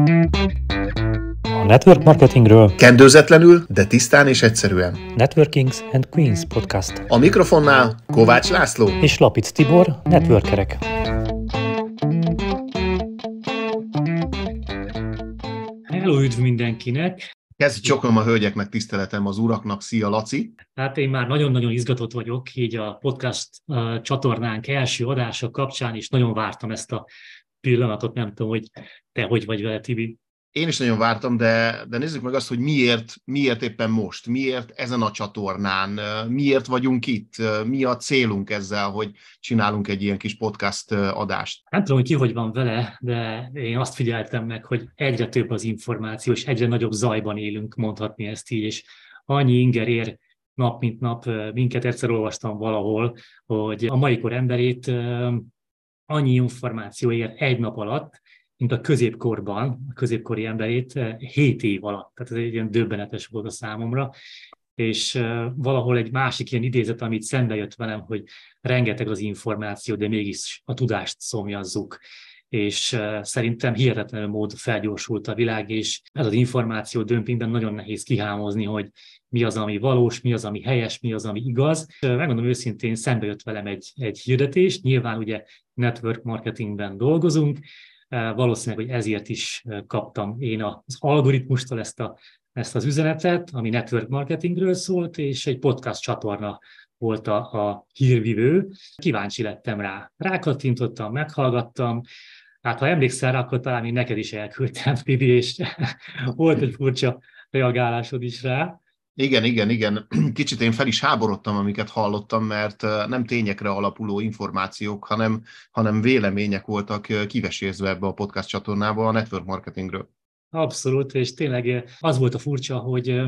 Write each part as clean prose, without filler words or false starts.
A network marketingről kendőzetlenül, de tisztán és egyszerűen. Networkings and Queens podcast. A mikrofonnál Kovács László És Lapic Tibor, networkerek. Hello, üdv mindenkinek! Kezdj csokolom a hölgyeknek, tiszteletem az uraknak. Szia, Laci! Hát én már nagyon-nagyon izgatott vagyok, így a podcast csatornánk első adása kapcsán is nagyon vártam ezt a pillanatot, nem tudom, hogy te hogy vagy vele, Tibi. Én is nagyon vártam, de nézzük meg azt, hogy miért éppen most, miért ezen a csatornán, miért vagyunk itt, mi a célunk ezzel, hogy csinálunk egy ilyen kis podcast adást. Nem tudom, hogy ki hogy van vele, de én azt figyeltem meg, hogy egyre több az információ, és egyre nagyobb zajban élünk, mondhatni ezt így, és annyi inger ér nap mint nap. Minket egyszer olvastam valahol, hogy a mai kor emberét annyi információ ér egy nap alatt, mint a középkorban, a középkori emberét 7 év alatt. Tehát ez egy ilyen döbbenetes volt a számomra. És valahol egy másik ilyen idézet, amit szembe jött velem, hogy rengeteg az információ, de mégis a tudást szomjazzuk. És szerintem hihetetlenül mód felgyorsult a világ, és ez az információ dömpingben nagyon nehéz kihámozni, hogy mi az, ami valós, mi az, ami helyes, mi az, ami igaz. Megmondom őszintén, szembe jött velem egy hirdetés, nyilván ugye network marketingben dolgozunk, valószínűleg, hogy ezért is kaptam én az algoritmustól ezt az üzenetet, ami network marketingről szólt, és egy podcast csatorna volt a hírvivő. Kíváncsi lettem rá. Rákattintottam, meghallgattam. Hát ha emlékszel rá, akkor talán még neked is elküldtem, Tibi, és volt egy furcsa reagálásod is rá. Igen. Kicsit én fel is háborodtam, amiket hallottam, mert nem tényekre alapuló információk, hanem vélemények voltak kivesézve ebbe a podcast csatornába a network marketingről. Abszolút, és tényleg az volt a furcsa, hogy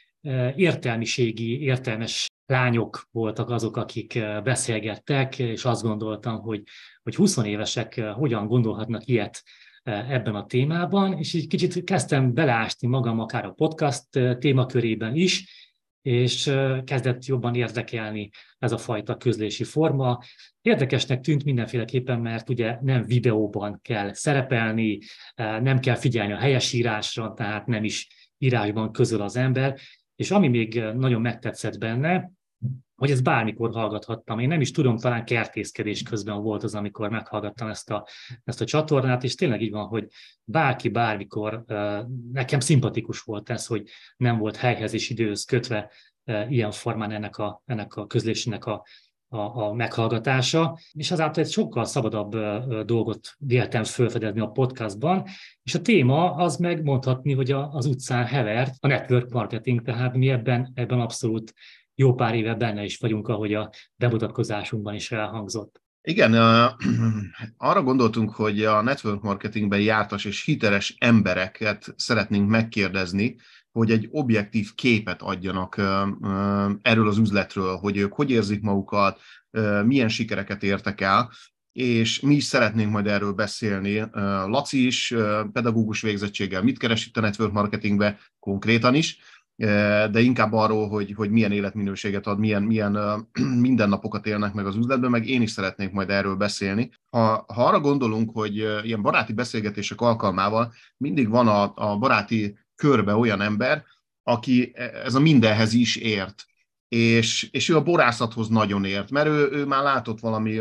értelmes lányok voltak azok, akik beszélgettek, és azt gondoltam, hogy 20 évesek hogyan gondolhatnak ilyet ebben a témában, és így kicsit kezdtem beleásni magam akár a podcast témakörében is, és kezdett jobban érdekelni ez a fajta közlési forma. Érdekesnek tűnt mindenféleképpen, mert ugye nem videóban kell szerepelni, nem kell figyelni a helyesírásra, tehát nem is írásban közöl az ember, és ami még nagyon megtetszett benne, hogy ezt bármikor hallgathattam. Én nem is tudom, talán kertészkedés közben volt az, amikor meghallgattam ezt a csatornát, és tényleg így van, hogy bárki bármikor, nekem szimpatikus volt ez, hogy nem volt helyhez és időhöz kötve ilyen formán ennek a közlésének a meghallgatása, és azáltal egy sokkal szabadabb dolgot véltem felfedezni a podcastban, és a téma az megmondhatni, hogy az utcán hevert, a network marketing, tehát mi ebben abszolút jó pár éve benne is vagyunk, ahogy a bemutatkozásunkban is elhangzott. Igen, arra gondoltunk, hogy a network marketingben jártas és hiteles embereket szeretnénk megkérdezni, hogy egy objektív képet adjanak erről az üzletről, hogy ők hogy érzik magukat, milyen sikereket értek el, és mi is szeretnénk majd erről beszélni. Laci is pedagógus végzettséggel mit keres itt a network marketingbe konkrétan is, de inkább arról, hogy milyen életminőséget ad, milyen mindennapokat élnek meg az üzletben, meg én is szeretnék majd erről beszélni. Ha arra gondolunk, hogy ilyen baráti beszélgetések alkalmával mindig van a baráti körbe olyan ember, aki ez a mindenhez is ért, és ő a borászathoz nagyon ért, mert ő már látott valami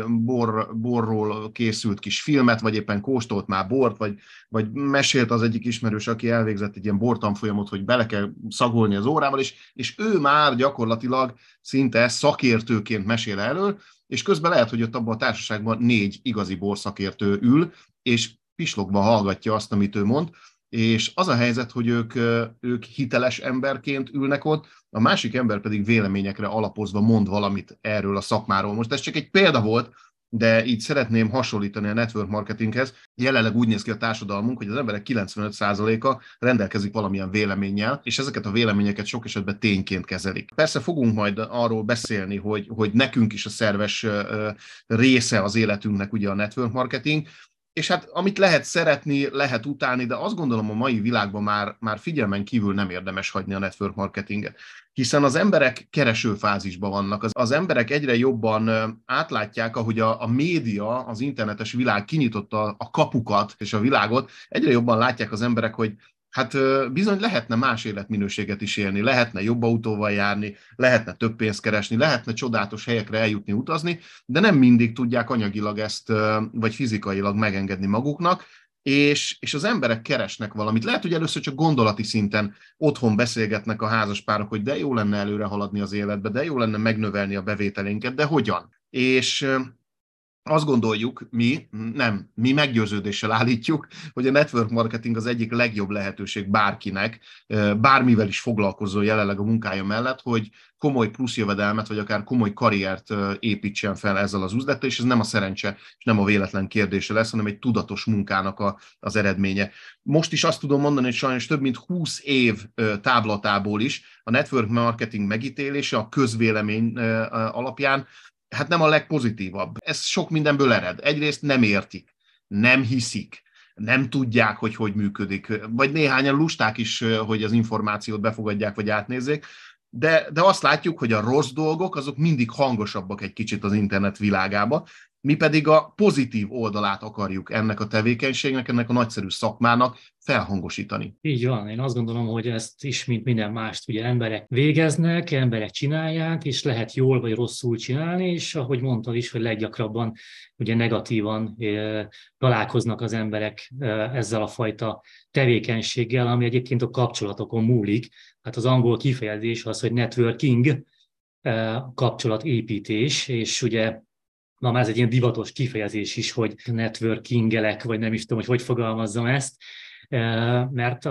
borról készült kis filmet, vagy éppen kóstolt már bort, vagy mesélt az egyik ismerős, aki elvégzett egy ilyen bortanfolyamot, hogy bele kell szagolni az órával, és ő már gyakorlatilag szinte szakértőként mesél erről, és közben lehet, hogy ott abban a társaságban 4 igazi borszakértő ül, és pislogva hallgatja azt, amit ő mond, és az a helyzet, hogy ők hiteles emberként ülnek ott, a másik ember pedig véleményekre alapozva mond valamit erről a szakmáról. Most ez csak egy példa volt, de így szeretném hasonlítani a network marketinghez. Jelenleg úgy néz ki a társadalmunk, hogy az emberek 95%-a rendelkezik valamilyen véleménnyel, és ezeket a véleményeket sok esetben tényként kezelik. Persze fogunk majd arról beszélni, hogy nekünk is a szerves része az életünknek ugye a network marketing, És hát amit lehet szeretni, lehet utálni, de azt gondolom a mai világban már figyelmen kívül nem érdemes hagyni a network marketinget. Hiszen az emberek keresőfázisban vannak. Az emberek egyre jobban átlátják, ahogy a média, az internetes világ kinyitotta a kapukat és a világot, egyre jobban látják az emberek, hogy hát bizony lehetne más életminőséget is élni, lehetne jobb autóval járni, lehetne több pénzt keresni, lehetne csodálatos helyekre eljutni, utazni, de nem mindig tudják anyagilag ezt, vagy fizikailag megengedni maguknak, és az emberek keresnek valamit. Lehet, hogy először csak gondolati szinten otthon beszélgetnek a házaspárok, hogy de jó lenne előre haladni az életbe, de jó lenne megnövelni a bevételénket, de hogyan? És azt gondoljuk, mi meggyőződéssel állítjuk, hogy a network marketing az egyik legjobb lehetőség bárkinek, bármivel is foglalkozó jelenleg a munkája mellett, hogy komoly plusz jövedelmet, vagy akár komoly karriert építsen fel ezzel az üzlettel, és ez nem a szerencse, és nem a véletlen kérdése lesz, hanem egy tudatos munkának az eredménye. Most is azt tudom mondani, hogy sajnos több mint 20 év távlatából is a network marketing megítélése a közvélemény alapján hát nem a legpozitívabb. Ez sok mindenből ered. Egyrészt nem értik, nem hiszik, nem tudják, hogy működik, vagy néhányan lusták is, hogy az információt befogadják, vagy átnézzék, de azt látjuk, hogy a rossz dolgok, azok mindig hangosabbak egy kicsit az internet világába, mi pedig a pozitív oldalát akarjuk ennek a tevékenységnek, ennek a nagyszerű szakmának felhangosítani. Így van, én azt gondolom, hogy ezt is, mint minden mást, ugye emberek végeznek, emberek csinálják, és lehet jól vagy rosszul csinálni, és ahogy mondtad is, hogy leggyakrabban ugye negatívan találkoznak az emberek ezzel a fajta tevékenységgel, ami egyébként a kapcsolatokon múlik. Hát az angol kifejezés az, hogy networking, kapcsolatépítés, és ugye na, már ez egy ilyen divatos kifejezés is, hogy networkingelek, vagy nem is tudom, hogy fogalmazzam ezt, mert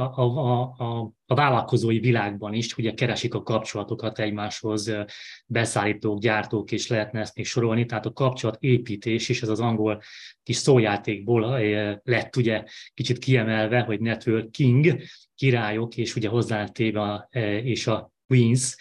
a vállalkozói világban is ugye keresik a kapcsolatokat egymáshoz, beszállítók, gyártók, és lehetne ezt még sorolni, tehát a kapcsolatépítés is, ez az angol kis szójátékból lett ugye kicsit kiemelve, hogy networking, királyok, és ugye hozzátéve és a queens,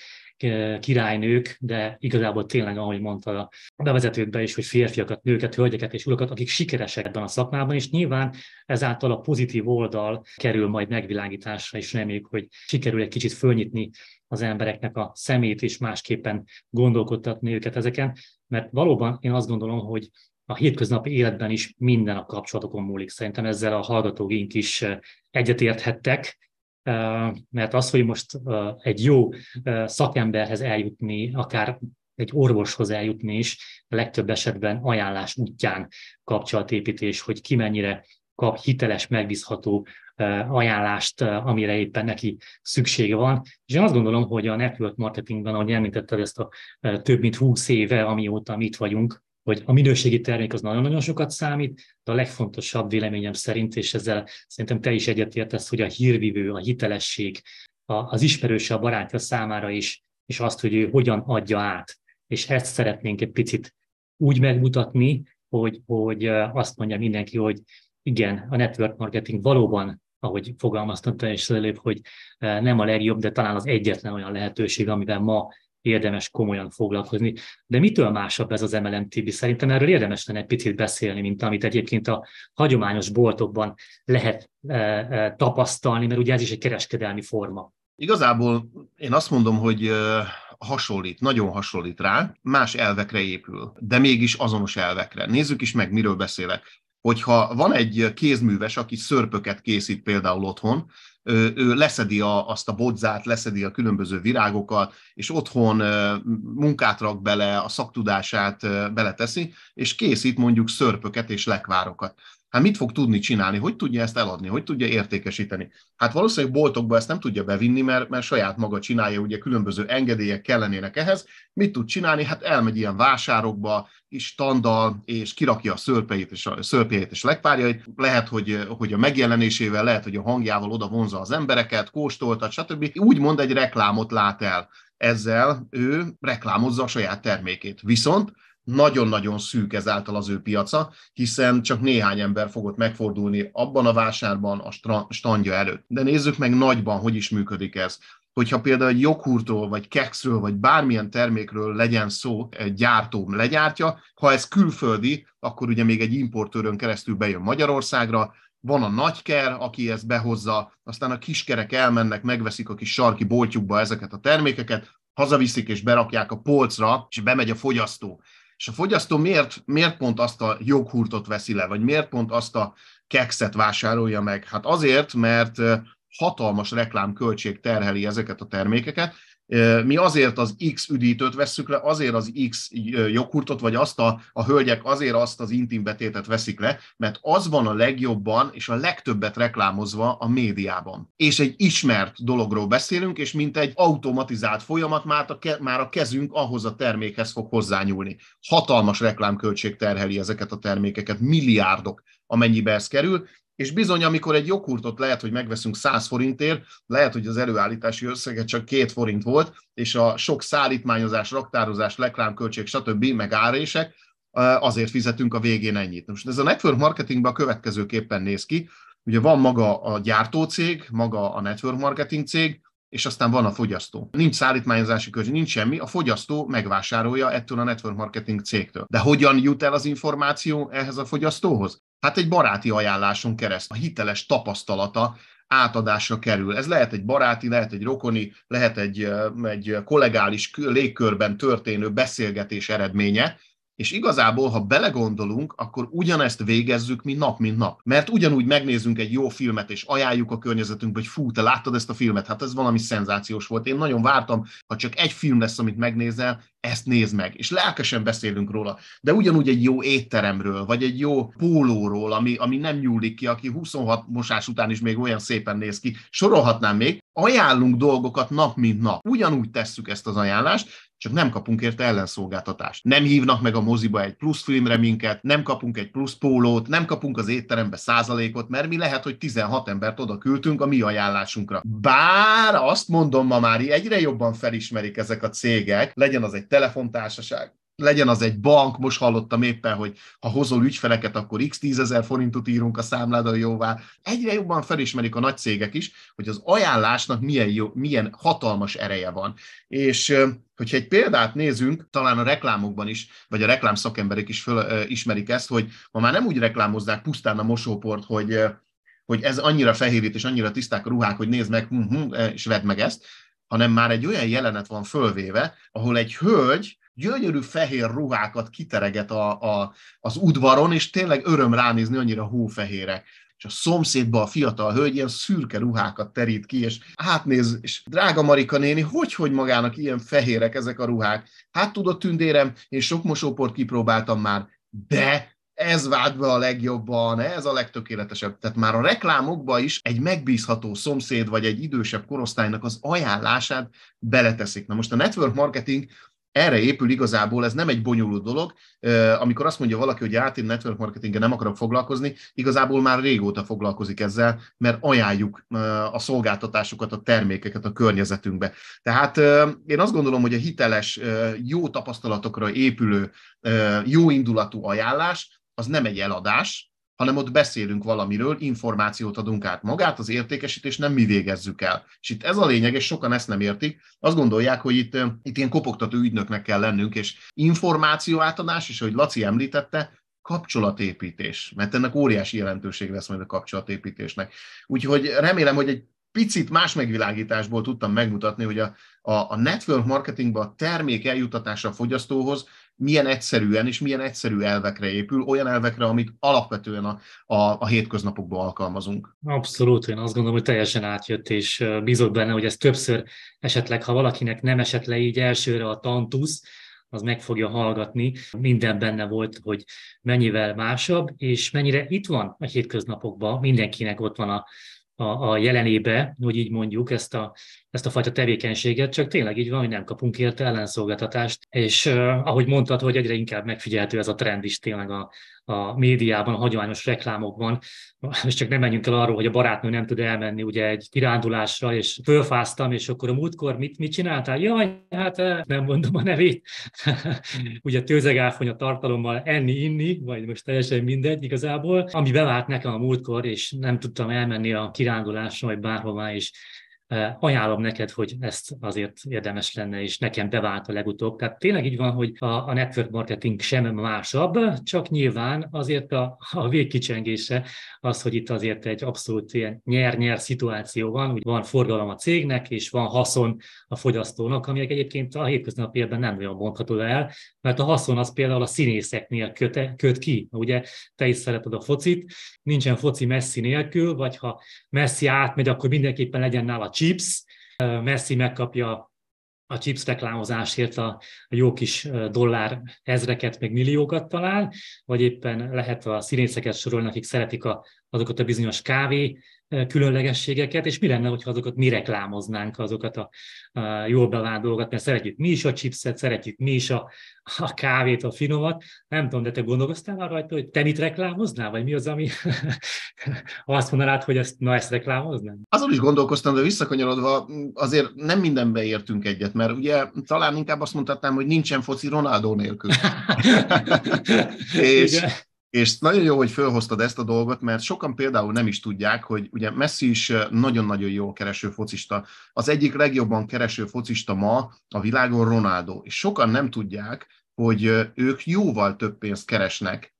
királynők, de igazából tényleg, ahogy mondta a bevezetőkben is, hogy férfiakat, nőket, hölgyeket és urakat, akik sikeresek ebben a szakmában, és nyilván ezáltal a pozitív oldal kerül majd megvilágításra, és reméljük, hogy sikerül egy kicsit fölnyitni az embereknek a szemét, és másképpen gondolkodtatni őket ezeken, mert valóban én azt gondolom, hogy a hétköznapi életben is minden a kapcsolatokon múlik. Szerintem ezzel a hallgatóink is egyetérthettek, mert az, hogy most egy jó szakemberhez eljutni, akár egy orvoshoz eljutni is, a legtöbb esetben ajánlás útján kapcsolatépítés, hogy ki mennyire kap hiteles, megbízható ajánlást, amire éppen neki szüksége van. És én azt gondolom, hogy a network marketingben, ahogy említetted ezt a több mint 20 éve, amióta mi itt vagyunk, hogy a minőségi termék az nagyon-nagyon sokat számít, de a legfontosabb véleményem szerint, és ezzel szerintem te is egyetértesz, hogy a hírvivő, a hitelesség, az ismerőse, a barátja számára is, és azt, hogy ő hogyan adja át. És ezt szeretnénk egy picit úgy megmutatni, hogy azt mondja mindenki, hogy igen, a network marketing valóban, ahogy fogalmaztam te is előbb, hogy nem a legjobb, de talán az egyetlen olyan lehetőség, amivel ma érdemes komolyan foglalkozni. De mitől másabb ez az MLM Tibi? Szerintem erről érdemes lenne egy picit beszélni, mint amit egyébként a hagyományos boltokban lehet tapasztalni, mert ugye ez is egy kereskedelmi forma. Igazából én azt mondom, hogy hasonlít, nagyon hasonlít rá, más elvekre épül, de mégis azonos elvekre. Nézzük is meg, miről beszélek. Hogyha van egy kézműves, aki szörpöket készít például otthon, ő leszedi azt a bodzát, leszedi a különböző virágokat, és otthon munkát rak bele, a szaktudását beleteszi, és készít mondjuk szörpöket és lekvárokat. Hát mit fog tudni csinálni? Hogy tudja ezt eladni? Hogy tudja értékesíteni? Hát valószínűleg boltokba ezt nem tudja bevinni, mert saját maga csinálja, ugye különböző engedélyek kellenének ehhez. Mit tud csinálni? Hát elmegy ilyen vásárokba, is standal, és kirakja a szörpjeit és lekvárjait. Lehet, hogy a megjelenésével, lehet, hogy a hangjával oda vonza az embereket, kóstoltat, stb. Úgymond egy reklámot lát el. Ezzel ő reklámozza a saját termékét. Viszont nagyon-nagyon szűk ezáltal az ő piaca, hiszen csak néhány ember fogott megfordulni abban a vásárban a standja előtt. De nézzük meg nagyban, hogy is működik ez. hogyha például egy joghurtról, vagy kekszről, vagy bármilyen termékről legyen szó, egy gyártó legyártja, ha ez külföldi, akkor ugye még egy importőrön keresztül bejön Magyarországra, van a nagyker, aki ezt behozza, aztán a kiskerek elmennek, megveszik a kis sarki boltjukba ezeket a termékeket, hazaviszik és berakják a polcra, és bemegy a fogyasztó. És a fogyasztó miért pont azt a joghurtot veszi le, vagy miért pont azt a kekszet vásárolja meg? Hát azért, mert hatalmas reklámköltség terheli ezeket a termékeket. Mi azért az X üdítőt vesszük le, azért az X joghurtot, vagy azt a hölgyek azért azt az intim betétet veszik le, mert az van a legjobban és a legtöbbet reklámozva a médiában. És egy ismert dologról beszélünk, és mint egy automatizált folyamat már a kezünk ahhoz a termékhez fog hozzányúlni. Hatalmas reklámköltség terheli ezeket a termékeket, milliárdok, amennyibe ez kerül, és bizony, amikor egy joghurtot lehet, hogy megveszünk 100 forintért, lehet, hogy az előállítási összege csak 2 forint volt, és a sok szállítmányozás, raktározás, reklámköltség, stb. Meg árések, azért fizetünk a végén ennyit. Most ez a network marketingben a következőképpen néz ki. Ugye van maga a gyártócég, maga a network marketing cég, és aztán van a fogyasztó. Nincs szállítmányozási költség, nincs semmi, a fogyasztó megvásárolja ettől a network marketing cégtől. De hogyan jut el az információ ehhez a fogyasztóhoz? Hát egy baráti ajánláson keresztül, a hiteles tapasztalata átadásra kerül. Ez lehet egy baráti, lehet egy rokoni, lehet egy kollegális légkörben történő beszélgetés eredménye, és igazából, ha belegondolunk, akkor ugyanezt végezzük mi nap, mint nap. Mert ugyanúgy megnézzünk egy jó filmet, és ajánljuk a környezetünkbe, hogy fú, te láttad ezt a filmet? Hát ez valami szenzációs volt. Én nagyon vártam, ha csak egy film lesz, amit megnézel, ezt nézd meg. És lelkesen beszélünk róla. De ugyanúgy egy jó étteremről, vagy egy jó pólóról, ami nem nyúlik ki, aki 26 mosás után is még olyan szépen néz ki. Sorolhatnám még. Ajánlunk dolgokat nap, mint nap. Ugyanúgy tesszük ezt az ajánlást, csak nem kapunk érte ellenszolgáltatást. Nem hívnak meg a moziba egy plusz filmre minket, nem kapunk egy plusz pólót, nem kapunk az étterembe százalékot, mert mi lehet, hogy 16 embert oda küldtünk a mi ajánlásunkra. Bár azt mondom, ma már egyre jobban felismerik ezek a cégek, legyen az egy telefontársaság, legyen az egy bank, most hallottam éppen, hogy ha hozol ügyfeleket, akkor x 10 000 forintot írunk a számládon jóvá. Egyre jobban felismerik a nagy cégek is, hogy az ajánlásnak milyen hatalmas ereje van. És hogyha egy példát nézünk, talán a reklámokban is, vagy a reklámszakemberek is ismerik ezt, hogy ma már nem úgy reklámozzák pusztán a mosóport, hogy ez annyira fehérít és annyira tiszták a ruhák, hogy nézd meg, és vedd meg ezt, hanem már egy olyan jelenet van fölvéve, ahol egy hölgy gyönyörű fehér ruhákat kitereget az udvaron, és tényleg öröm ránézni, annyira hófehérek. És a szomszédba a fiatal hölgy ilyen szürke ruhákat terít ki, és átnéz, és drága Marika néni, hogy magának ilyen fehérek ezek a ruhák? Hát tudod, tündérem, én sok mosóport kipróbáltam már, de ez vált be a legjobban, ez a legtökéletesebb. Tehát már a reklámokba is egy megbízható szomszéd, vagy egy idősebb korosztálynak az ajánlását beleteszik. Na most a network marketing erre épül igazából, ez nem egy bonyolult dolog. Amikor azt mondja valaki, hogy én network marketinggel nem akarok foglalkozni, igazából már régóta foglalkozik ezzel, mert ajánljuk a szolgáltatásokat, a termékeket a környezetünkbe. Tehát én azt gondolom, hogy a hiteles, jó tapasztalatokra épülő, jó indulatú ajánlás, az nem egy eladás, hanem ott beszélünk valamiről, információt adunk át, magát, az értékesítést nem mi végezzük el. És itt ez a lényeg, és sokan ezt nem értik. Azt gondolják, hogy itt ilyen kopogtató ügynöknek kell lennünk, és információátadás, és ahogy Laci említette, kapcsolatépítés, mert ennek óriási jelentőség lesz majd a kapcsolatépítésnek. Úgyhogy remélem, hogy egy picit más megvilágításból tudtam megmutatni, hogy a network marketingben a termék eljutatása a fogyasztóhoz milyen egyszerűen és milyen egyszerű elvekre épül, olyan elvekre, amit alapvetően a hétköznapokban alkalmazunk. Abszolút, én azt gondolom, hogy teljesen átjött, és bízok benne, hogy ez többször esetleg, ha valakinek nem esett le így elsőre a tantusz, az meg fogja hallgatni. Minden benne volt, hogy mennyivel másabb, és mennyire itt van a hétköznapokban, mindenkinek ott van a jelenébe, hogy így mondjuk ezt a fajta tevékenységet, csak tényleg így van, hogy nem kapunk érte ellenszolgáltatást, és ahogy mondtad, hogy egyre inkább megfigyelhető ez a trend is tényleg a médiában, a hagyományos reklámokban, és csak nem menjünk el arról, hogy a barátnő nem tud elmenni ugye egy kirándulásra, és fölfáztam, és akkor a múltkor mit csináltál? Jaj, hát nem mondom a nevét. Ugye tőzegáfony a tartalommal enni, inni, vagy most teljesen mindegy igazából, ami bevált nekem a múltkor, és nem tudtam elmenni a kirándulásra, vagy bárhová is. Ajánlom neked, hogy ezt azért érdemes lenne, és nekem bevált a legutóbb. Tehát tényleg így van, hogy a network marketing sem másabb, csak nyilván azért a végkicsengése az, hogy itt azért egy abszolút ilyen nyer-nyer szituáció van, hogy van forgalom a cégnek, és van haszon a fogyasztónak, aminek egyébként a hétköznapi életben nem olyan mondható el, mert a haszon az például a színészeknél köt ki. Ugye te is szereted a focit, nincsen foci Messi nélkül, vagy ha Messi átmegy, akkor mindenképpen legyen nála chips. Messi megkapja a chips reklámozásért a jó kis dollár ezreket, meg milliókat talán, vagy éppen lehet a színészeket sorolni, akik szeretik azokat a bizonyos kávé különlegességeket, és mi lenne, hogyha azokat mi reklámoznánk, azokat a jól bevált dolgokat, mert szeretjük mi is a chipset, szeretjük mi is a kávét, a finomat. Nem tudom, de te gondolkoztál már rajta, hogy te mit reklámoznál, vagy mi az, ami azt mondanád, hogy ezt reklámoznám? Azon is gondolkoztam, de visszakanyarodva azért nem mindenben értünk egyet, mert ugye talán inkább azt mondhatnám, hogy nincsen foci Ronaldo nélkül. És nagyon jó, hogy felhoztad ezt a dolgot, mert sokan például nem is tudják, hogy ugye Messi is nagyon-nagyon jól kereső focista. Az egyik legjobban kereső focista ma a világon Ronaldo. És sokan nem tudják, hogy ők jóval több pénzt keresnek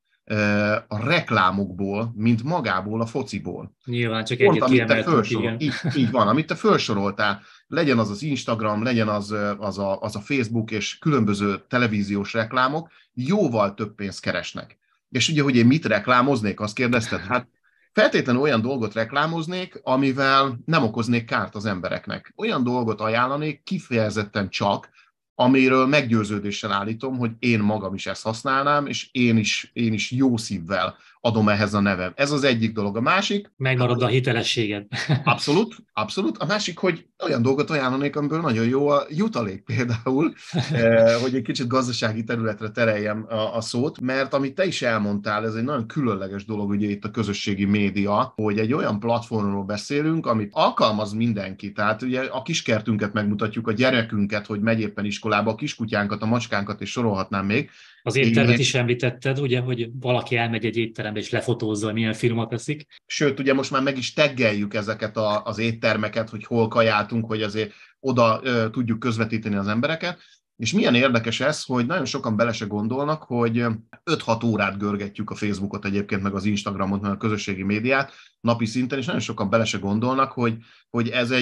a reklámokból, mint magából a fociból. Nyilván csak pont, egyet amit te kiemeltünk, igen. így van, amit te felsoroltál, legyen az Instagram, legyen az a Facebook és különböző televíziós reklámok, jóval több pénzt keresnek. És ugye, hogy én mit reklámoznék, azt kérdezted? Hát feltétlenül olyan dolgot reklámoznék, amivel nem okoznék kárt az embereknek. Olyan dolgot ajánlanék kifejezetten csak, amiről meggyőződéssel állítom, hogy én magam is ezt használnám, és én is jó szívvel adom ehhez a nevem. Ez az egyik dolog. A másik... Megmarad a hitelességed. Abszolút, abszolút. A másik, hogy olyan dolgot ajánlanék, amiből nagyon jó a jutalék például, hogy egy kicsit gazdasági területre tereljem a szót, mert amit te is elmondtál, ez egy nagyon különleges dolog ugye itt a közösségi média, hogy egy olyan platformról beszélünk, amit alkalmaz mindenki. Tehát ugye a kiskertünket megmutatjuk, a gyerekünket, hogy megy éppen iskolába, a kiskutyánkat, a macskánkat, és sorolhatnám még. Az éttermet is említetted, ugye, hogy valaki elmegy egy étterembe és lefotózza, hogy milyen finomat eszik. Sőt, ugye most már meg is taggeljük ezeket az éttermeket, hogy hol kajáltunk, hogy azért oda tudjuk közvetíteni az embereket. És milyen érdekes ez, hogy nagyon sokan bele se gondolnak, hogy 5-6 órát görgetjük a Facebookot egyébként, meg az Instagramot, meg a közösségi médiát napi szinten, és nagyon sokan bele se gondolnak, hogy ez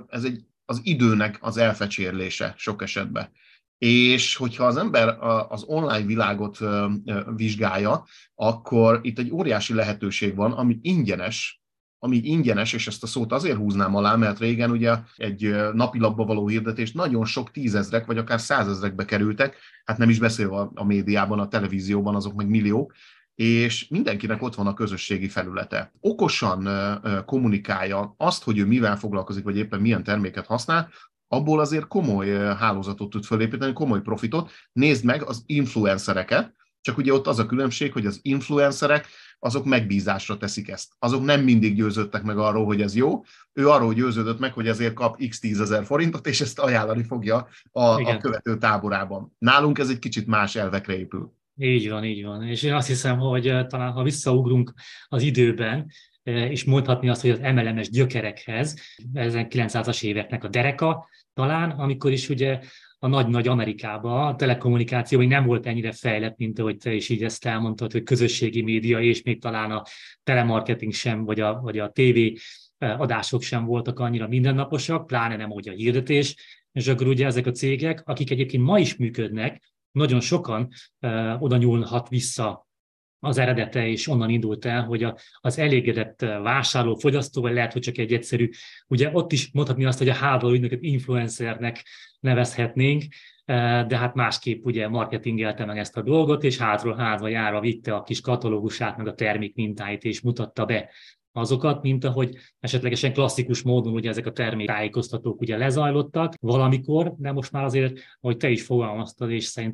az időnek az elfecsérlése sok esetben. És hogyha az ember az online világot vizsgálja, akkor itt egy óriási lehetőség van, ami ingyenes, és ezt a szót azért húznám alá, mert régen ugye egy napilapba való hirdetést nagyon sok tízezrek, vagy akár százezrekbe kerültek, hát nem is beszélve a médiában, a televízióban, azok meg milliók, és mindenkinek ott van a közösségi felülete. Okosan kommunikálja azt, hogy ő mivel foglalkozik, vagy éppen milyen terméket használ, abból azért komoly hálózatot tud felépíteni, komoly profitot. Nézd meg az influencereket, csak ugye ott az a különbség, hogy az influencerek azok megbízásra teszik ezt. Azok nem mindig győződtek meg arról, hogy ez jó. Ő arról győződött meg, hogy ezért kap x 10 000 forintot, és ezt ajánlani fogja a követő táborában. Nálunk ez egy kicsit más elvekre épül. Így van, így van. És én azt hiszem, hogy talán ha visszaugrunk az időben, és mondhatni azt, hogy az MLM-es gyökerekhez, 1900-as éveknek a dereka talán, amikor is ugye a nagy-nagy Amerikában a telekommunikáció még nem volt ennyire fejlett, mint ahogy te is így ezt elmondtad, hogy közösségi média, és még talán a telemarketing sem, vagy a TV adások sem voltak annyira mindennaposak, pláne nem úgy a hirdetés, és akkor ugye ezek a cégek, akik egyébként ma is működnek, nagyon sokan oda nyúlhat vissza az eredete, és onnan indult el, hogy az elégedett vásárló, fogyasztó, vagy lehet, hogy csak egy egyszerű, ugye ott is mondhatni azt, hogy a hálózat ügynököt influencernek nevezhetnénk, de hát másképp ugye marketingelte meg ezt a dolgot, és hátról hátba járva vitte a kis katalógusát, meg a termék mintáit, és mutatta be azokat, mint ahogy esetlegesen klasszikus módon ugye ezek a terméktájékoztatók ugye lezajlottak valamikor, de most már azért, ahogy te is fogalmaztad, és szerintem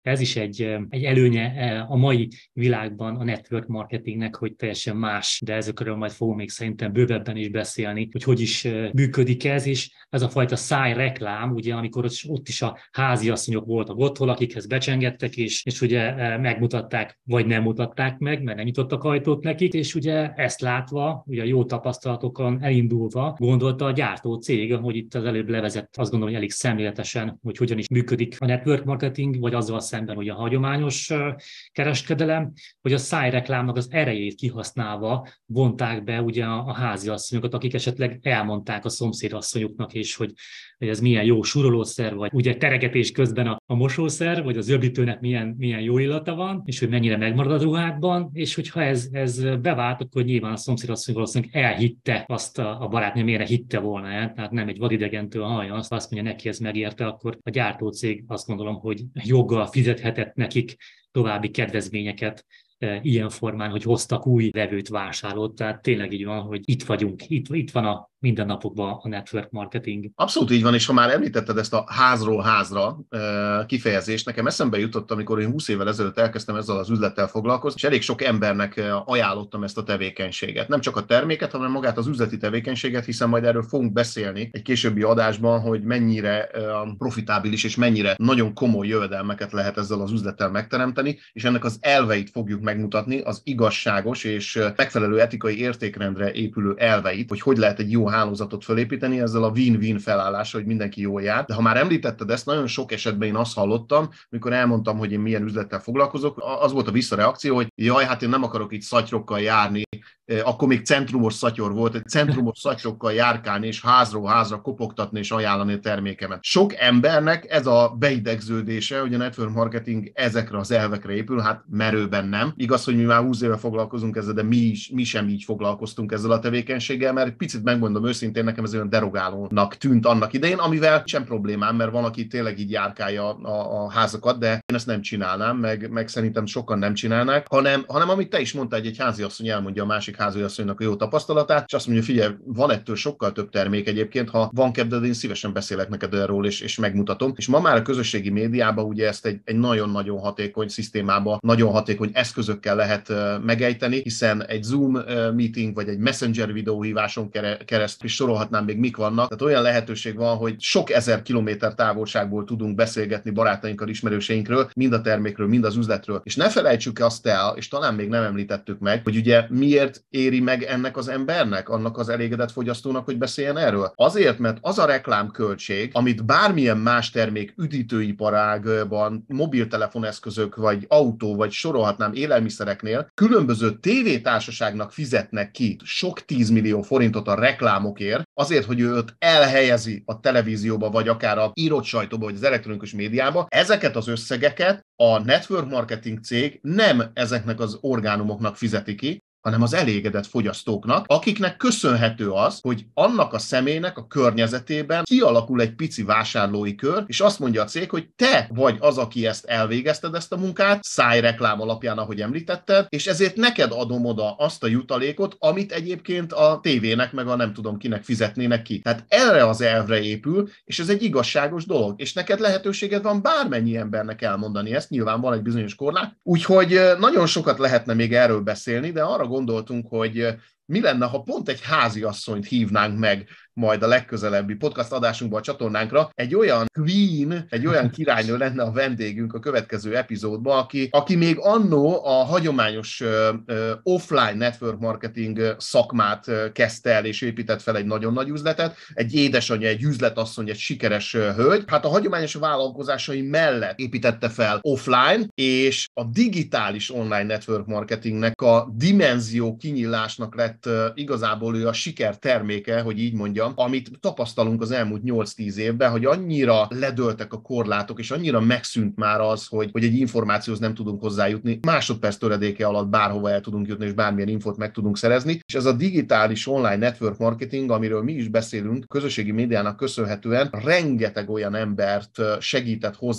ez is egy előnye a mai világban a network marketingnek, hogy teljesen más, de ezekről majd fogunk még szerintem bővebben is beszélni, hogy is működik ez, és ez a fajta szájreklám, ugye, amikor ott is a háziasszonyok voltak otthon, akikhez becsengettek, és ugye megmutatták, vagy nem mutatták meg, mert nem nyitottak ajtót nekik, és ugye ezt látva, ugye a jó tapasztalatokon elindulva gondolta a gyártó cég, hogy itt az előbb levezett, azt gondolom, hogy elég szemléletesen, hogy hogyan is működik a network marketing, vagy azzal szemben, hogy a hagyományos kereskedelem, hogy a szájreklámnak az erejét kihasználva vonták be ugye a háziasszonyokat, akik esetleg elmondták a szomszédasszonyuknak is, hogy ez milyen jó súrolószer, vagy ugye teregetés közben a mosószer, vagy az öblítőnek milyen jó illata van, és hogy mennyire megmarad a ruhádban, és hogyha ez bevált, akkor nyilván a szomszédasszony valószínűleg elhitte azt a barátnő, miért hitte volna el, tehát nem egy vadidegentől hallja azt mondja neki, ez megérte, akkor a gyártócég azt gondolom, hogy joggal fizethetett nekik további kedvezményeket ilyen formán, hogy hoztak új vevőt, vásárlót, tehát tényleg így van, hogy itt vagyunk, itt van a mindennapokban a network marketing. Abszolút így van, és ha már említetted ezt a házról házra kifejezést, nekem eszembe jutott, amikor én 20 évvel ezelőtt elkezdtem ezzel az üzlettel foglalkozni, és elég sok embernek ajánlottam ezt a tevékenységet. Nem csak a terméket, hanem magát az üzleti tevékenységet, hiszen majd erről fogunk beszélni egy későbbi adásban, hogy mennyire profitábilis és mennyire nagyon komoly jövedelmeket lehet ezzel az üzlettel megteremteni, és ennek az elveit fogjuk megmutatni, az igazságos és megfelelő etikai értékrendre épülő elveit, hogy lehet egy jó hálózatot felépíteni ezzel a win-win felállással, hogy mindenki jól jár. De ha már említetted ezt, nagyon sok esetben én azt hallottam, amikor elmondtam, hogy én milyen üzlettel foglalkozok, az volt a visszareakció, hogy jaj, hát én nem akarok itt szatyrokkal járni, akkor még centrumos szatyor volt, egy centrumos szatyrokkal járkálni, és házról házra kopogtatni és ajánlani a termékemet. Sok embernek ez a beidegződése, hogy a network marketing ezekre az elvekre épül, hát merőben nem. Igaz, hogy mi már 20 éve foglalkozunk ezzel, de mi sem így foglalkoztunk ezzel a tevékenységgel, mert picit megmondom őszintén, nekem ez olyan derogálónak tűnt annak idején, amivel sem problémám, mert van, aki tényleg így járkálja a házakat, de én ezt nem csinálnám, meg szerintem sokan nem csinálnák, hanem amit te is mondtál, egy háziasszony elmondja a másik háziasszonynak a jó tapasztalatát, és azt mondja, figyelj, van ettől sokkal több termék egyébként, ha van kedved, én szívesen beszélek neked erről, és megmutatom. És ma már a közösségi médiában ugye ezt egy nagyon-nagyon hatékony szisztémába, nagyon hatékony eszközökkel lehet megejteni, hiszen egy Zoom meeting, vagy egy Messenger videóhíváson keresztül is sorolhatnám még mik vannak. Tehát olyan lehetőség van, hogy sok ezer kilométer távolságból tudunk beszélgetni barátainkkal, ismerőseinkről, mind a termékről, mind az üzletről. És ne felejtsük azt el, és talán még nem említettük meg, hogy ugye miért éri meg ennek az embernek, annak az elégedett fogyasztónak, hogy beszéljen erről? Azért, mert az a reklámköltség, amit bármilyen más termék üdítőiparágban, mobiltelefoneszközök, vagy autó, vagy sorolhatnám élelmiszereknél, különböző tévétársaságnak fizetnek ki sok 10 millió forintot a reklámokért, azért, hogy ő őt elhelyezi a televízióba, vagy akár a írott sajtóba, vagy az elektronikus médiába, ezeket az összegeket a network marketing cég nem ezeknek az orgánumoknak fizeti ki, hanem az elégedett fogyasztóknak, akiknek köszönhető az, hogy annak a személynek a környezetében kialakul egy pici vásárlói kör, és azt mondja a cég, hogy te vagy az, aki ezt elvégezted, ezt a munkát, szájreklám alapján, ahogy említetted, és ezért neked adom oda azt a jutalékot, amit egyébként a tévének, meg a nem tudom kinek fizetnének ki. Tehát erre az elvre épül, és ez egy igazságos dolog, és neked lehetőséged van bármennyi embernek elmondani ezt, nyilván van egy bizonyos korlát, úgyhogy nagyon sokat lehetne még erről beszélni, de arra gondoltunk, hogy mi lenne, ha pont egy háziasszonyt hívnánk meg majd a legközelebbi podcast adásunkban a csatornánkra, egy olyan queen, egy olyan királynő lenne a vendégünk a következő epizódban, aki még annó a hagyományos offline network marketing szakmát kezdte el és épített fel egy nagyon nagy üzletet, egy édesanyja, egy üzletasszony, egy sikeres hölgy. Hát a hagyományos vállalkozásai mellett építette fel offline, és a digitális online network marketingnek a dimenzió kinyílásnak lett igazából ő a siker terméke, hogy így mondjam, amit tapasztalunk az elmúlt 8-10 évben, hogy annyira ledöltek a korlátok, és annyira megszűnt már az, hogy egy információhoz nem tudunk hozzájutni. Másodperc töredéke alatt bárhova el tudunk jutni, és bármilyen infót meg tudunk szerezni. És ez a digitális online network marketing, amiről mi is beszélünk, közösségi médiának köszönhetően rengeteg olyan embert segített hozzá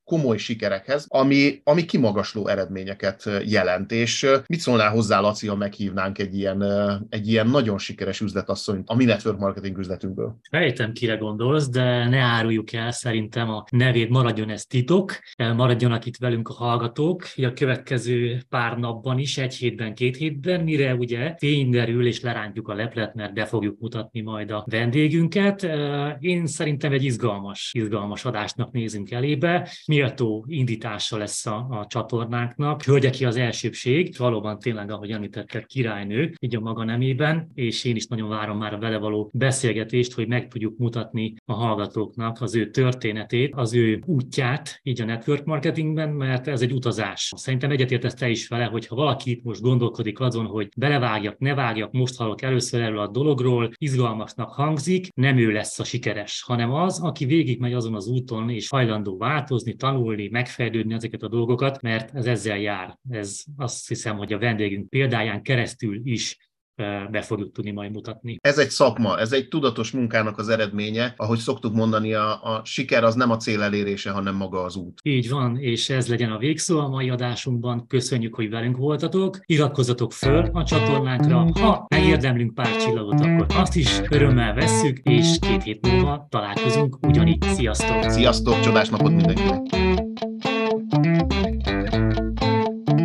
komoly sikerekhez, ami kimagasló eredményeket jelent. És mit szólnál hozzá, Laci, ha meghívnánk egy ilyen nagyon sikeres üzletasszonyt a mi network marketing üzletünkből? Fejtem, kire gondolsz, de ne áruljuk el, szerintem a nevét, maradjon ez titok, maradjanak itt velünk a hallgatók, a következő pár napban is, egy hétben, 2 hétben, mire ugye fény derül és lerántjuk a leplet, mert be fogjuk mutatni majd a vendégünket. Én szerintem egy izgalmas adásnak nézünk elébe, méltó indítása lesz a csatornánknak. Hölgyeké az elsőbség, valóban tényleg, ahogy említetted, királynő, így a maga nemében, és én is nagyon várom már a vele való beszélgetést, hogy meg tudjuk mutatni a hallgatóknak az ő történetét, az ő útját így a network marketingben, mert ez egy utazás. Szerintem egyetértesz te is vele, hogy ha valaki itt most gondolkodik azon, hogy belevágjak, ne vágjak, most hallok először erről a dologról, izgalmasnak hangzik, nem ő lesz a sikeres, hanem az, aki végigmegy azon az úton, és hajlandó változni, tanulni, megfejlődni ezeket a dolgokat, mert ez ezzel jár. Ez azt hiszem, hogy a vendégünk példáján keresztül is be fogjuk tudni majd mutatni. Ez egy szakma, ez egy tudatos munkának az eredménye. Ahogy szoktuk mondani, a siker az nem a cél elérése, hanem maga az út. Így van, és ez legyen a végszó a mai adásunkban. Köszönjük, hogy velünk voltatok. Iratkozzatok föl a csatornánkra. Ha megérdemlünk pár csillagot, akkor azt is örömmel vesszük, és 2 hét múlva találkozunk ugyanígy. Sziasztok! Sziasztok, csodás napot mindenkinek!